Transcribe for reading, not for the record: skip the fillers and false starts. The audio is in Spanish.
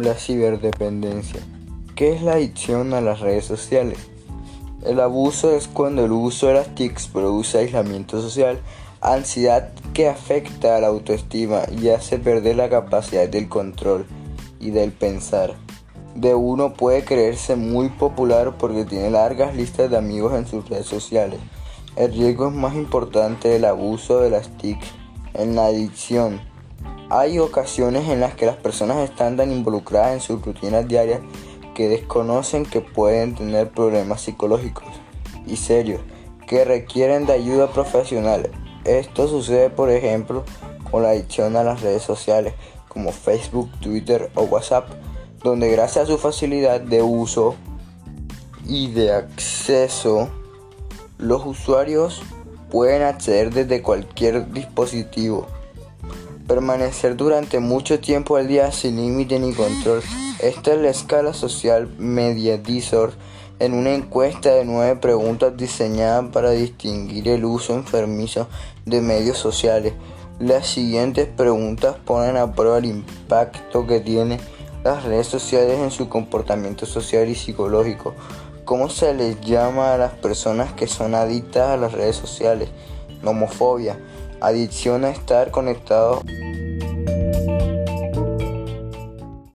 La ciberdependencia. ¿Qué es la adicción a las redes sociales? El abuso es cuando el uso de las TICs produce aislamiento social, ansiedad que afecta a la autoestima y hace perder la capacidad del control y del pensar. De uno puede creerse muy popular porque tiene largas listas de amigos en sus redes sociales. El riesgo es más importante del abuso de las TICs en la adicción. Hay ocasiones en las que las personas están tan involucradas en sus rutinas diarias que desconocen que pueden tener problemas psicológicos y serios que requieren de ayuda profesional. Esto sucede, por ejemplo, con la adicción a las redes sociales como Facebook, Twitter o WhatsApp, donde gracias a su facilidad de uso y de acceso, los usuarios pueden acceder desde cualquier dispositivo. Permanecer durante mucho tiempo al día sin límite ni control. Esta es la escala social Mediadisor en una encuesta de 9 preguntas diseñada para distinguir el uso enfermizo de medios sociales. Las siguientes preguntas ponen a prueba el impacto que tienen las redes sociales en su comportamiento social y psicológico. ¿Cómo se les llama a las personas que son adictas a las redes sociales? Nomofobia. Adicción a estar conectados